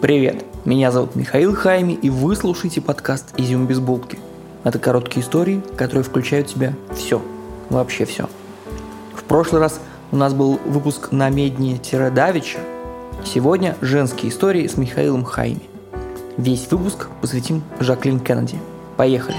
Привет, меня зовут Михаил Хайми, и вы слушаете подкаст «Изюм без булки». Это короткие истории, которые включают в себя все, вообще все. В прошлый раз у нас был выпуск на Медне-Давича, сегодня женские истории с Михаилом Хайми. Весь выпуск посвятим Жаклин Кеннеди. Поехали!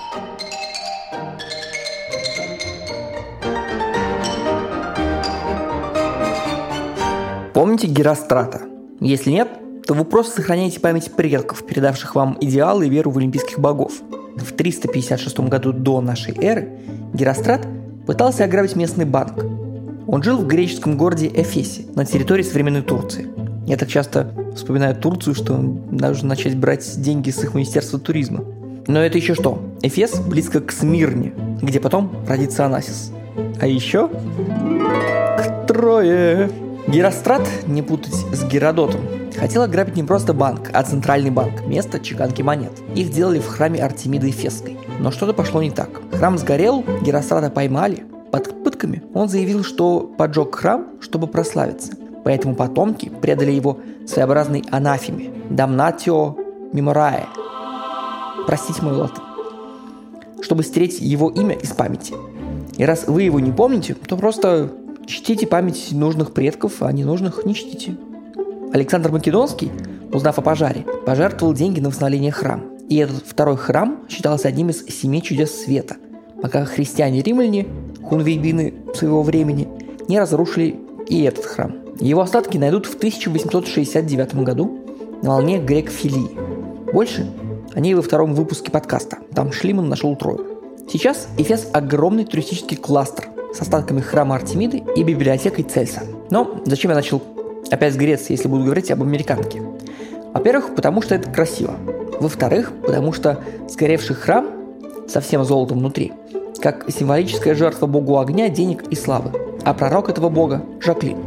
Помните Герострата? Если нет, то вы просто сохраняете память предков, передавших вам идеалы и веру в олимпийских богов. В 356 году до нашей эры Герострат пытался ограбить местный банк. Он жил в греческом городе Эфесе, на территории современной Турции. Я так часто вспоминаю Турцию, что нужно начать брать деньги с их министерства туризма. Но это еще что? Эфес близко к Смирне, где потом родится Онасис. А еще к Трое. Герострат, не путать с Геродотом, хотел ограбить не просто банк, а центральный банк, место чеканки монет. Их делали в храме Артемиды Эфесской. Но что-то пошло не так. Храм сгорел, Герострата поймали. Под пытками он заявил, что поджег храм, чтобы прославиться. Поэтому потомки предали его своеобразной анафеме – «damnatio memorae». Простите мой латынь. Чтобы стереть его имя из памяти. И раз вы его не помните, то просто чтите память нужных предков, а ненужных не чтите. Александр Македонский, узнав о пожаре, пожертвовал деньги на восстановление храма. И этот второй храм считался одним из 7 чудес света, пока христиане-римляне, хунвейбины своего времени, не разрушили и этот храм. Его остатки найдут в 1869 году на волне грекофилии. Больше о ней во втором выпуске подкаста. Там Шлиман нашел Трою. Сейчас Эфес – огромный туристический кластер с остатками храма Артемиды и библиотекой Цельса. Но зачем я начал опять с Греции, если буду говорить об американке? Во-первых, потому что это красиво. Во-вторых, потому что сгоревший храм со всем золотом внутри, как символическая жертва богу огня, денег и славы. А пророк этого бога – Жаклин.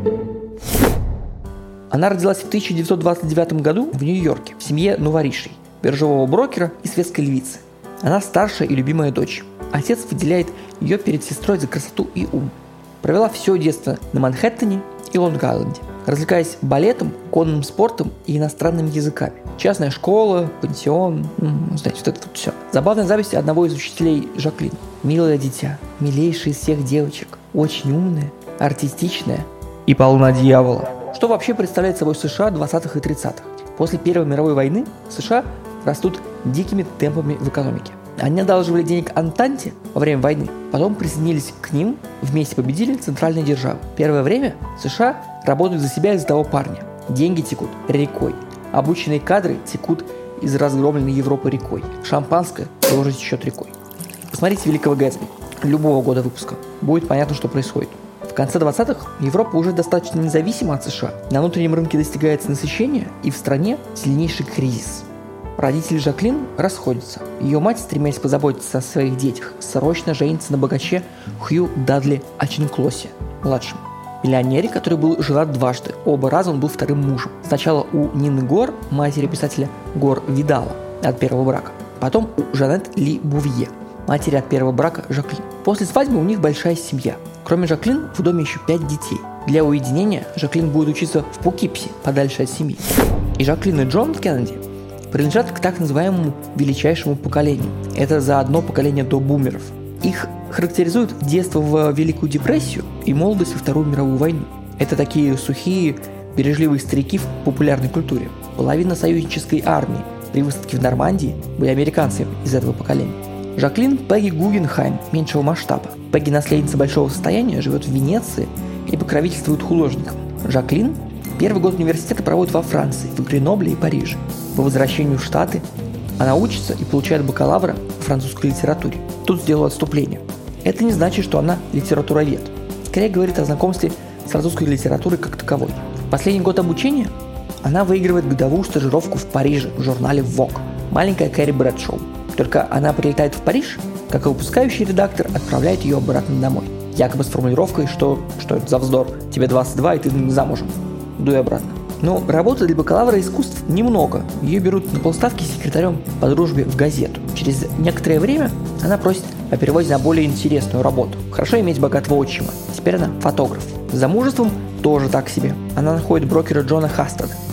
Она родилась в 1929 году в Нью-Йорке в семье новоришей, биржевого брокера и светской львицы. Она старшая и любимая дочь. Отец выделяет ее перед сестрой за красоту и ум. Провела все детство на Манхэттене и Лонг-Айленде, развлекаясь балетом, конным спортом и иностранными языками. Частная школа, пансион, знаете, вот это вот все. Забавная запись одного из учителей Жаклин. «Милое дитя, милейшая из всех девочек, очень умная, артистичная и полна дьявола». Что вообще представляет собой США 20-х и 30-х? После Первой мировой войны США растут дикими темпами в экономике. Они одалживали денег Антанте во время войны, потом присоединились к ним, вместе победили центральные державы. Первое время США работают за себя из-за того парня. Деньги текут рекой, обученные кадры текут из разгромленной Европы рекой. Шампанское тоже течет рекой. Посмотрите «Великого Гэтсби» любого года выпуска, будет понятно, что происходит. В конце 20-х Европа уже достаточно независима от США. На внутреннем рынке достигается насыщение, и в стране сильнейший кризис. Родители Жаклин расходятся. Ее мать, стремясь позаботиться о своих детях, срочно женится на богаче Хью Дадли Ачинклосе, младшем. Миллионере, который был женат дважды. Оба раза он был вторым мужем. Сначала у Нины Гор, матери писателя Гор Видала, от первого брака. Потом у Жанет Ли Бувье, матери от первого брака Жаклин. После свадьбы у них большая семья. Кроме Жаклин, в доме еще 5 детей. Для уединения Жаклин будет учиться в Пукипсе, подальше от семьи. И Жаклин и Джон Кеннеди принадлежат к так называемому величайшему поколению. Это за одно поколение до бумеров. Их характеризует детство в Великую депрессию и молодость во Вторую мировую войну. Это такие сухие, бережливые старики в популярной культуре. Половина союзнической армии при высадке в Нормандии были американцами из этого поколения. Жаклин Пегги Гугенхайм меньшего масштаба. Пегги, наследница большого состояния, живет в Венеции и покровительствует художникам. Жаклин первый год университета проводит во Франции, в Гренобле и Париже. По возвращению в Штаты она учится и получает бакалавра по французской литературе. Тут сделаю отступление. Это не значит, что она литературовед. Скорее говорит о знакомстве с французской литературой как таковой. В последний год обучения она выигрывает годовую стажировку в Париже в журнале Vogue. Маленькая Кэрри Брэдшоу. Только она прилетает в Париж, как и выпускающий редактор отправляет ее обратно домой. Якобы с формулировкой, что это за вздор, тебе 22 и ты не замужем. Дуй обратно. Но работы для бакалавра искусств немного. Ее берут на полставки секретарем по дружбе в газету. Через некоторое время она просит о переводе на более интересную работу. Хорошо иметь богатого отчима. Теперь она фотограф. С замужеством тоже так себе. Она находит брокера Джона Хастеда.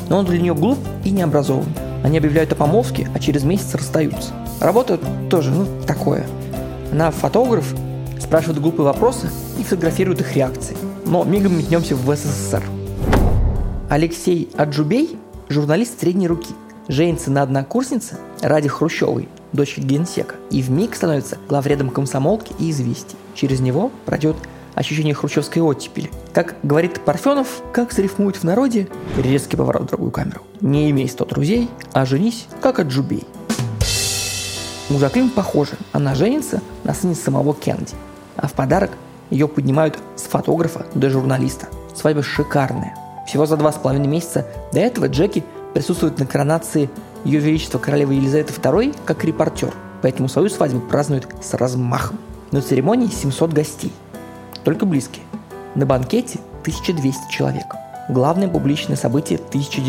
но он для нее глуп и необразованный. Они объявляют о помолвке, а через месяц расстаются. Работа тоже, такое. Она фотограф, спрашивает глупые вопросы и фотографирует их реакции. Но мигом метнемся в СССР. Алексей Аджубей – журналист средней руки. Женится на однокурснице Раде Хрущевой, дочке генсека, и вмиг становится главредом комсомолки и «Известий». Через него пройдет ощущение хрущевской оттепели. Как говорит Парфенов, как срифмует в народе, резкий поворот в другую камеру. Не имей 100 друзей, а женись, как Аджубей. У Жаклин похоже, она женится на сыне самого Кеннеди, а в подарок ее поднимают с фотографа до журналиста. Свадьба шикарная. Всего за 2,5 месяца до этого Джеки присутствует на коронации Ее Величества Королевы Елизаветы II как репортер, поэтому свою свадьбу празднует с размахом. На церемонии 700 гостей, только близкие. На банкете 1200 человек. Главное публичное событие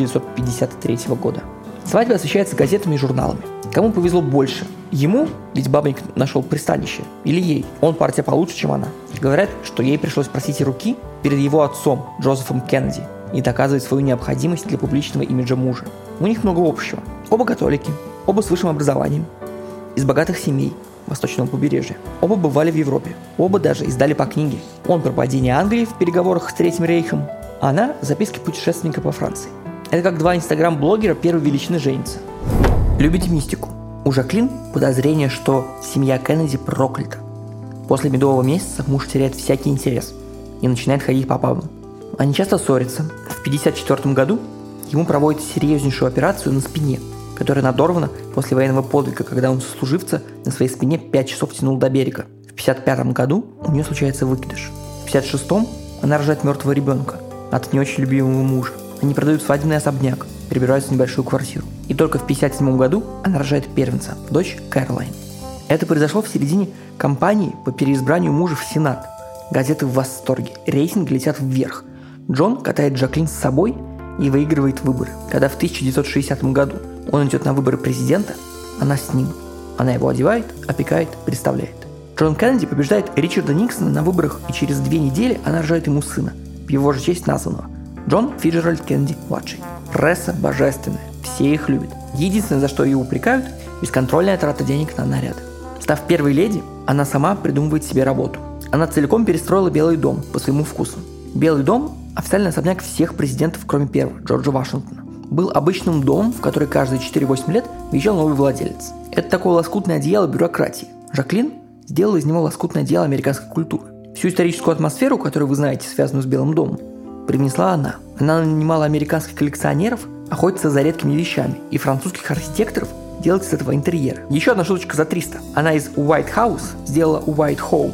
1953 года. Свадьба освещается газетами и журналами. Кому повезло больше? Ему, ведь бабник нашел пристанище, или ей? Он партия получше, чем она. Говорят, что ей пришлось просить руки перед его отцом, Джозефом Кеннеди, и доказывать свою необходимость для публичного имиджа мужа. У них много общего. Оба католики, оба с высшим образованием, из богатых семей восточного побережья. Оба бывали в Европе, оба даже издали по книге. Он про падение Англии в переговорах с Третьим рейхом, а она записки путешественника по Франции. Это как два инстаграм-блогера первой величины женятся. Любите мистику? У Жаклин подозрение, что семья Кеннеди проклята. После медового месяца муж теряет всякий интерес и начинает ходить по пабам. Они часто ссорятся. В 1954 году ему проводят серьезнейшую операцию на спине, которая надорвана после военного подвига, когда он сослуживца на своей спине 5 часов тянул до берега. В 1955 году у нее случается выкидыш. В 1956 она рожает мертвого ребенка от не очень любимого мужа. Они продают свадебный особняк, перебираются в небольшую квартиру. И только в 1957 году она рожает первенца, дочь Кэролайн. Это произошло в середине кампании по переизбранию мужа в Сенат. Газеты в восторге, рейтинги летят вверх. Джон катает Жаклин с собой и выигрывает выборы. Когда в 1960 году он идет на выборы президента, она с ним. Она его одевает, опекает, представляет. Джон Кеннеди побеждает Ричарда Никсона на выборах, и через 2 недели она рожает ему сына, в его же честь названного. Джон Фиджеральд Кеннеди-младший. Пресса божественная, все их любят. Единственное, за что ее упрекают – бесконтрольная трата денег на наряды. Став первой леди, она сама придумывает себе работу. Она целиком перестроила Белый дом по своему вкусу. Белый дом – официальный особняк всех президентов, кроме первого, Джорджа Вашингтона. Был обычным домом, в который каждые 4-8 лет въезжал новый владелец. Это такое лоскутное одеяло бюрократии. Жаклин сделала из него лоскутное одеяло американской культуры. Всю историческую атмосферу, которую вы знаете, связанную с Белым домом, привнесла она. Она нанимала американских коллекционеров охотиться за редкими вещами и французских архитекторов делать из этого интерьера. Еще одна шуточка за 300. Она из White House сделала White Home.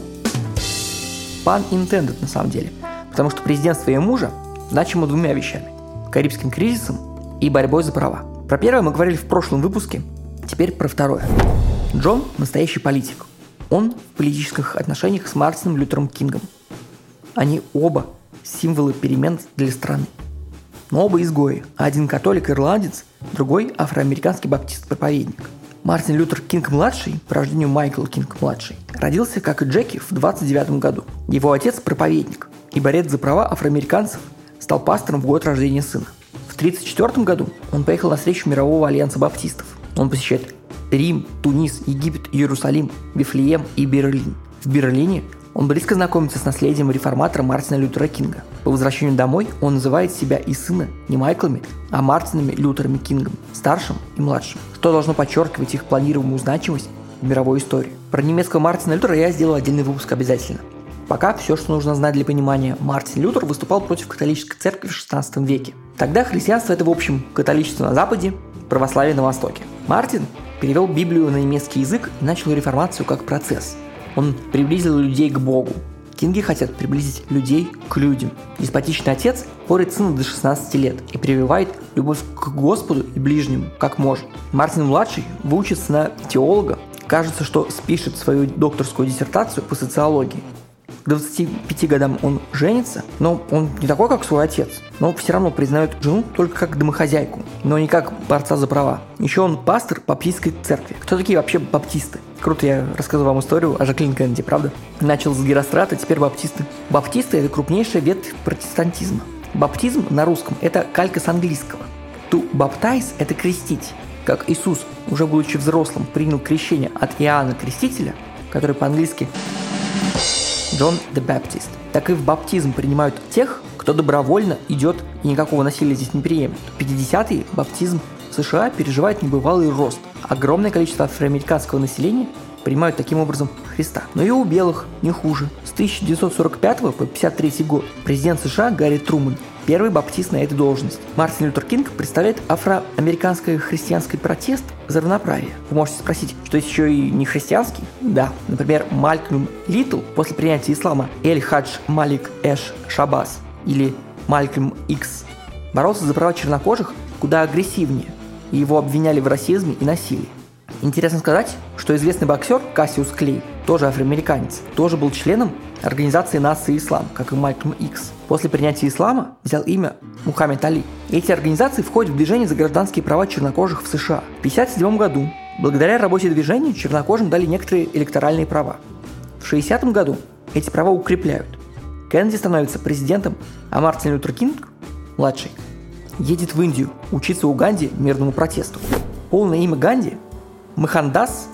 Pun intended на самом деле. Потому что президентство ее мужа значимо 2 вещами. Карибским кризисом и борьбой за права. Про первое мы говорили в прошлом выпуске, теперь про второе. Джон – настоящий политик. Он в политических отношениях с Мартином Лютером Кингом. Они оба символы перемен для страны. Но оба изгои. Один католик-ирландец, другой афроамериканский баптист-проповедник. Мартин Лютер Кинг-младший, по рождению Майкл Кинг-младший, родился, как и Джеки, в 29 году. Его отец – проповедник и борец за права афроамериканцев, стал пастором в год рождения сына. В 1934 году он поехал на встречу Мирового альянса баптистов. Он посещает Рим, Тунис, Египет, Иерусалим, Вифлеем и Берлин. В Берлине он близко знакомится с наследием реформатора Мартина Лютера Кинга. По возвращению домой он называет себя и сына не Майклами, а Мартинами Лютерами Кингом, старшим и младшим, что должно подчеркивать их планируемую значимость в мировой истории. Про немецкого Мартина Лютера я сделал отдельный выпуск обязательно. Пока все, что нужно знать для понимания. Мартин Лютер выступал против католической церкви в XVI веке. Тогда христианство – это, в общем, католичество на Западе, православие на Востоке. Мартин перевел Библию на немецкий язык и начал реформацию как процесс. Он приблизил людей к Богу. Кинги хотят приблизить людей к людям. Деспотичный отец порит сына до 16 лет и прививает любовь к Господу и ближнему, как может. Мартин-младший выучится на теолога. Кажется, что спишет свою докторскую диссертацию по социологии. К 25 годам он женится, но он не такой, как свой отец. Но все равно признает жену только как домохозяйку, но не как борца за права. Еще он пастор баптистской церкви. Кто такие вообще баптисты? Круто, я рассказываю вам историю о Жаклин Кеннеди, правда? Начал с Герострата, теперь баптисты. Баптисты – это крупнейшая ветвь протестантизма. Баптизм на русском – это калька с английского. To baptize – это крестить. Как Иисус, уже будучи взрослым, принял крещение от Иоанна Крестителя, который по-английски John the Baptist, так и в баптизм принимают тех, кто добровольно идет и никакого насилия здесь не приемлет. В 50-е баптизм в США переживает небывалый рост. Огромное количество афроамериканского населения принимают таким образом Христа. Но и у белых не хуже. С 1945 по 1953 год президент США Гарри Трумэн первый баптист на этой должности. Мартин Лютер Кинг представляет афроамериканский христианский протест за равноправие. Вы можете спросить, что есть еще и не христианский? Да. Например, Малькольм Литл после принятия ислама Эль-Хадж Малик Эш Шабас или Малькольм Икс боролся за права чернокожих куда агрессивнее, и его обвиняли в расизме и насилии. Интересно сказать, что известный боксер Кассиус Клей, тоже афроамериканец, тоже был членом организации «Нация Ислам», как и Малькольм Икс. После принятия ислама взял имя Мухаммед Али. Эти организации входят в движение за гражданские права чернокожих в США. В 1957 году, благодаря работе движения, чернокожим дали некоторые электоральные права. В 1960 году эти права укрепляют. Кеннеди становится президентом, а Мартин Лютер Кинг, младший, едет в Индию учиться Уганде мирному протесту. Полное имя Ганди – Мохандас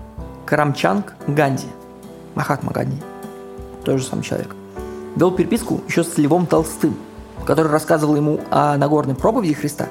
Карамчанд Ганди. Махатма Ганди. Тот же самый человек. Вел переписку еще с Львом Толстым, который рассказывал ему о Нагорной проповеди Христа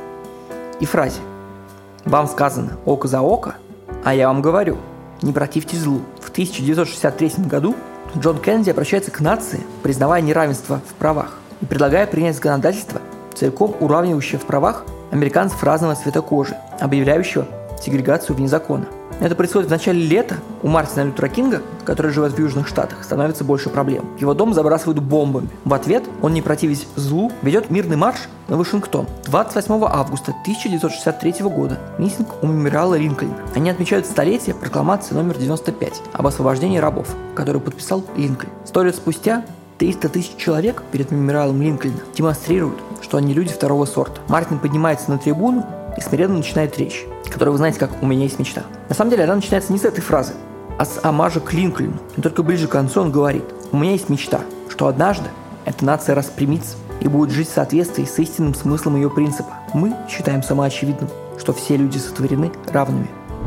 и фразе «Вам сказано око за око, а я вам говорю, не противьтесь злу». В 1963 году Джон Кеннеди обращается к нации, признавая неравенство в правах и предлагая принять законодательство, целиком уравнивающее в правах американцев разного цвета кожи, объявляющего сегрегацию вне закона. Это происходит в начале лета. У Мартина Лютера Кинга, который живет в Южных Штатах, становится больше проблем. Его дом забрасывают бомбами. В ответ он, не противясь злу, ведет мирный марш на Вашингтон. 28 августа 1963 года митинг у мемориала Линкольна. Они отмечают столетие прокламации номер 95 об освобождении рабов, которую подписал Линкольн. 100 лет спустя 300 тысяч человек перед мемориалом Линкольна демонстрируют, что они люди второго сорта. Мартин поднимается на трибуну и смиренно начинает речь, которую вы знаете как «У меня есть мечта». На самом деле она начинается не с этой фразы, а с омажа к Линкольну. Но только ближе к концу он говорит: «У меня есть мечта, что однажды эта нация распрямится и будет жить в соответствии с истинным смыслом ее принципа. Мы считаем самоочевидным, что все люди сотворены равными».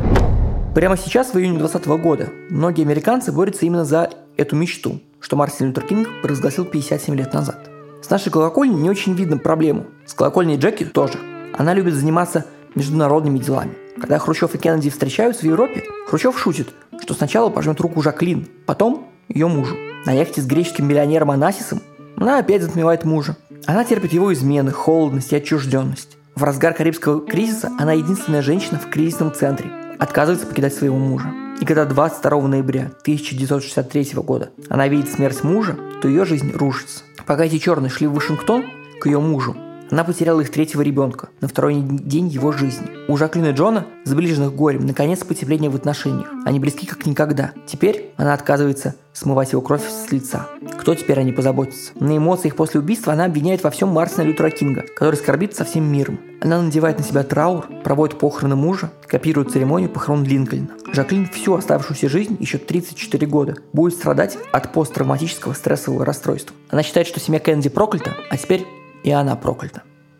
Прямо сейчас, в июне 2020 года, многие американцы борются именно за эту мечту, что Мартин Лютер Кинг провозгласил 57 лет назад. С нашей колокольни не очень видно проблему. С колокольней Джеки тоже. Она любит заниматься международными делами. Когда Хрущев и Кеннеди встречаются в Европе, Хрущев шутит, что сначала пожмет руку Жаклин, потом ее мужу. На яхте с греческим миллионером Анасисом она опять затмевает мужа. Она терпит его измены, холодность и отчужденность. В разгар Карибского кризиса она единственная женщина в кризисном центре, отказывается покидать своего мужа. И когда 22 ноября 1963 года она видит смерть мужа, то ее жизнь рушится. Пока эти черные шли в Вашингтон к ее мужу, она потеряла их третьего ребенка на второй день его жизни. У Жаклин и Джона, сближенных горем, наконец потепление в отношениях. Они близки как никогда. Теперь она отказывается смывать его кровь с лица. Кто теперь о ней позаботится? На эмоциях после убийства она обвиняет во всем Мартина Лютера Кинга, который скорбит со всем миром. Она надевает на себя траур, проводит похороны мужа, копирует церемонию похорон Линкольна. Жаклин всю оставшуюся жизнь, еще 34 года, будет страдать от посттравматического стрессового расстройства. Она считает, что семья Кеннеди проклята, а теперь и она проклята.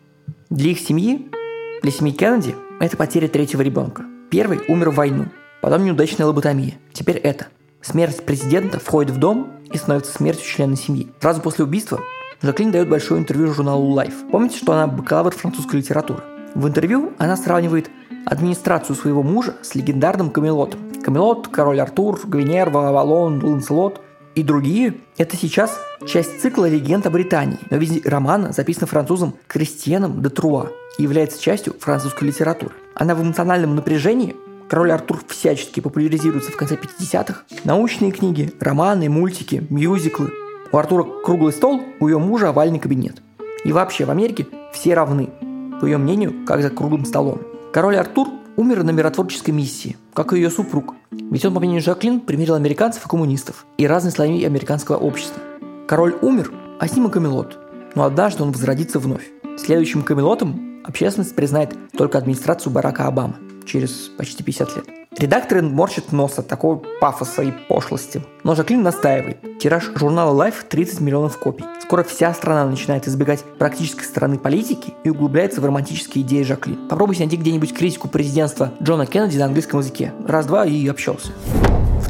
Для их семьи, для семьи Кеннеди, это потеря третьего ребенка. Первый умер в войну, потом неудачная лоботомия. Теперь это. Смерть президента входит в дом и становится смертью члена семьи. Сразу после убийства Жаклин дает большое интервью журналу Life. Помните, что она бакалавр французской литературы? В интервью она сравнивает администрацию своего мужа с легендарным Камелотом. Камелот, Король Артур, Гвиневра, Авалон, Ланселот и другие – это сейчас часть цикла «Легенд о Британии», но ведь роман записан французом Кристианом де Труа и является частью французской литературы. Она в эмоциональном напряжении. Король Артур всячески популяризируется в конце 50-х. Научные книги, романы, мультики, мюзиклы. У Артура круглый стол, у ее мужа овальный кабинет. И вообще в Америке все равны, по ее мнению, как за круглым столом. Король Артур умер на миротворческой миссии, как и ее супруг. Ведь он, по мнению Жаклин, примирил американцев и коммунистов и разные слои американского общества. Король умер, а с ним и Камелот. Но однажды он возродится вновь. Следующим Камелотом общественность признает только администрацию Барака Обамы через почти 50 лет. Редакторы морщат нос от такого пафоса и пошлости. Но Жаклин настаивает. Тираж журнала Life 30 миллионов копий. Скоро вся страна начинает избегать практической стороны политики и углубляется в романтические идеи Жаклин. Попробуйте найти где-нибудь критику президентства Джона Кеннеди на английском языке. Раз-два и общался. В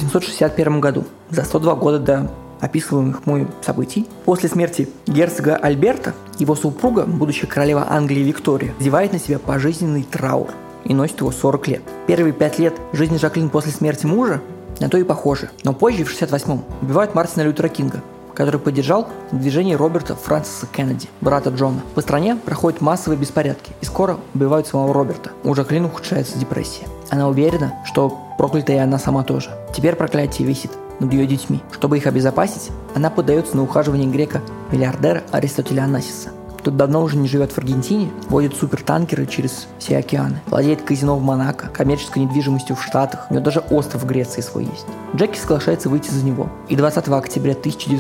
1861 году, за 102 года до описываемых мной событий, после смерти герцога Альберта, его супруга, будущая королева Англии Виктория, надевает на себя пожизненный траур и носит его 40 лет. Первые 5 лет жизни Жаклин после смерти мужа на то и похожи. Но позже, в 68-м, убивают Мартина Лютера Кинга, который поддержал движение Роберта Фрэнсиса Кеннеди, брата Джона. По стране проходят массовые беспорядки, и скоро убивают самого Роберта. У Жаклин ухудшается депрессия. Она уверена, что проклята и она сама тоже. Теперь проклятие висит над ее детьми. Чтобы их обезопасить, она поддается на ухаживание грека-миллиардера Аристотеля Онасиса. Тот давно уже не живет в Аргентине, водит супертанкеры через все океаны, владеет казино в Монако, коммерческой недвижимостью в Штатах, у него даже остров в Греции свой есть. Джеки соглашается выйти за него, и 20 октября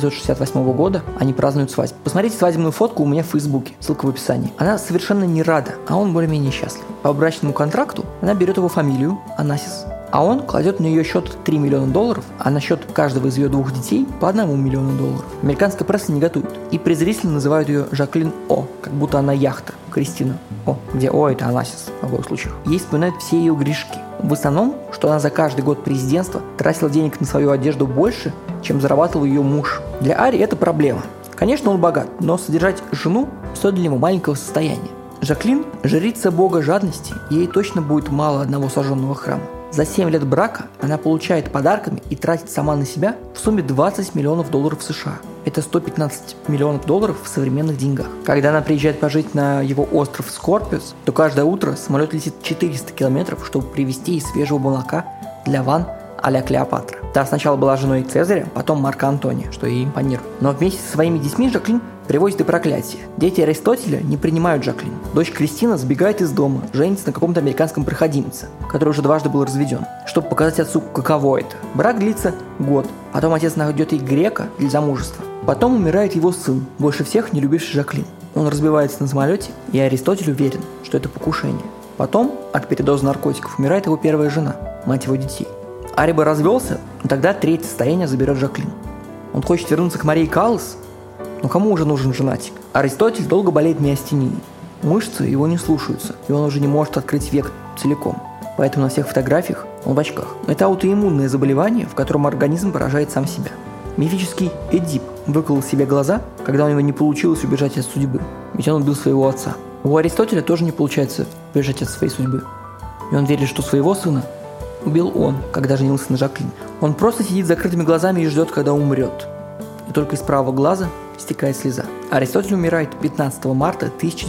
1968 года они празднуют свадьбу. Посмотрите свадебную фотку у меня в Фейсбуке, ссылка в описании. Она совершенно не рада, а он более-менее счастлив. По брачному контракту она берет его фамилию, Онасис, а он кладет на ее счет $3 миллиона, а на счет каждого из ее 2 детей по $1 миллиону. Американская пресса негодует и презрительно называют ее Жаклин О, как будто она яхта, Кристина О, где О это Онасис в обоих случаях. Ей вспоминают все ее грешки. В основном, что она за каждый год президентства тратила денег на свою одежду больше, чем зарабатывал ее муж. Для Ари это проблема. Конечно, он богат, но содержать жену стоит для него маленького состояния. Жаклин – жрица бога жадности, и ей точно будет мало одного сожженного храма. За 7 лет брака она получает подарками и тратит сама на себя в сумме $20 миллионов США. Это $115 миллионов в современных деньгах. Когда она приезжает пожить на его остров Скорпиус, то каждое утро самолет летит 400 километров, чтобы привезти ей свежего молока для ванн а-ля Клеопатра. Та сначала была женой Цезаря, потом Марка Антония, что ей импонирует. Но вместе со своими детьми Жаклин приводит и проклятие. Дети Аристотеля не принимают Жаклин. Дочь Кристина сбегает из дома, женится на каком-то американском проходимце, который уже дважды был разведен, чтобы показать отцу, каково это. Брак длится год, потом отец найдет ей грека для замужества. Потом умирает его сын, больше всех не любивший Жаклин. Он разбивается на самолете, и Аристотель уверен, что это покушение. Потом от передоза наркотиков умирает его первая жена, мать его детей. Ари бы развелся, но тогда третье состояние заберет Жаклин. Он хочет вернуться к Марии Каллас, но кому уже нужен женатик? Аристотель долго болеет миостенией. Мышцы его не слушаются, и он уже не может открыть век целиком. Поэтому на всех фотографиях он в очках. Это аутоиммунное заболевание, в котором организм поражает сам себя. Мифический Эдип выколол себе глаза, когда у него не получилось убежать от судьбы, ведь он убил своего отца. У Аристотеля тоже не получается убежать от своей судьбы. И он верит, что своего сына убил он, когда женился на Жаклин. Он просто сидит с закрытыми глазами и ждет, когда умрет. И только из правого глаза стекает слеза. Аристотель умирает 15 марта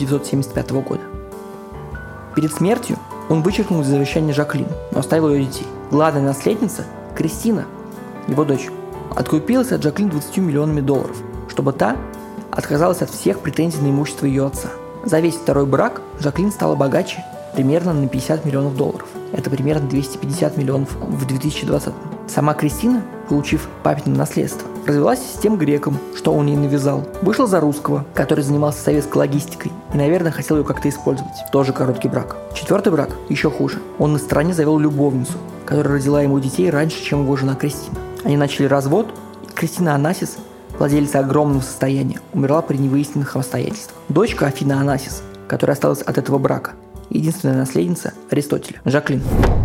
1975 года. Перед смертью он вычеркнул из завещания Жаклин, но оставил ее детей. Главная наследница, Кристина, его дочь, откупилась от Жаклин $20 миллионами, чтобы та отказалась от всех претензий на имущество ее отца. За весь второй брак Жаклин стала богаче примерно на $50 миллионов. Это примерно 250 миллионов в 2020. Сама Кристина, получив папино наследство, развелась с тем греком, что он ей навязал. Вышла за русского, который занимался советской логистикой и, наверное, хотел ее как-то использовать. Тоже короткий брак. 4-й брак еще хуже. Он на стороне завел любовницу, которая родила ему детей раньше, чем его жена Кристина. Они начали развод, и Кристина Онасис, владелица огромного состояния, умерла при невыясненных обстоятельствах. Дочка Афина Онасис, которая осталась от этого брака, единственная наследница Аристотеля, Жаклин.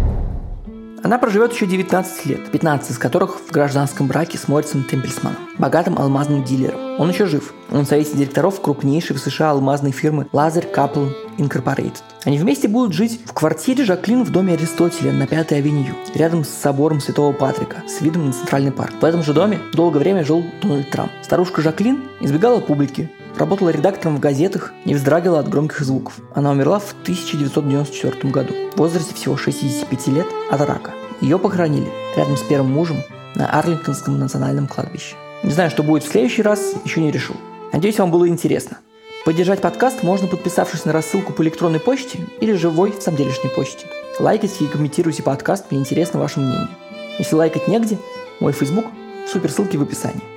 Она проживет еще 19 лет, 15 из которых в гражданском браке с Моррисом Темпельсманом, богатым алмазным дилером. Он еще жив. Он в совете директоров крупнейшей в США алмазной фирмы Lazar Kaplan Incorporated. Они вместе будут жить в квартире Жаклин в доме Аристотеля на 5-й авеню, рядом с собором Святого Патрика, с видом на Центральный парк. В этом же доме долгое время жил Дональд Трамп. Старушка Жаклин избегала публики, работала редактором в газетах, не вздрагивала от громких звуков. Она умерла в 1994 году, в возрасте всего 65 лет от рака. Ее похоронили рядом с первым мужем на Арлингтонском национальном кладбище. Не знаю, что будет в следующий раз, еще не решил. Надеюсь, вам было интересно. Поддержать подкаст можно, подписавшись на рассылку по электронной почте или живой в самом делешней почте. Лайкайте и комментируйте подкаст, мне интересно ваше мнение. Если лайкать негде, мой Facebook в суперссылке в описании.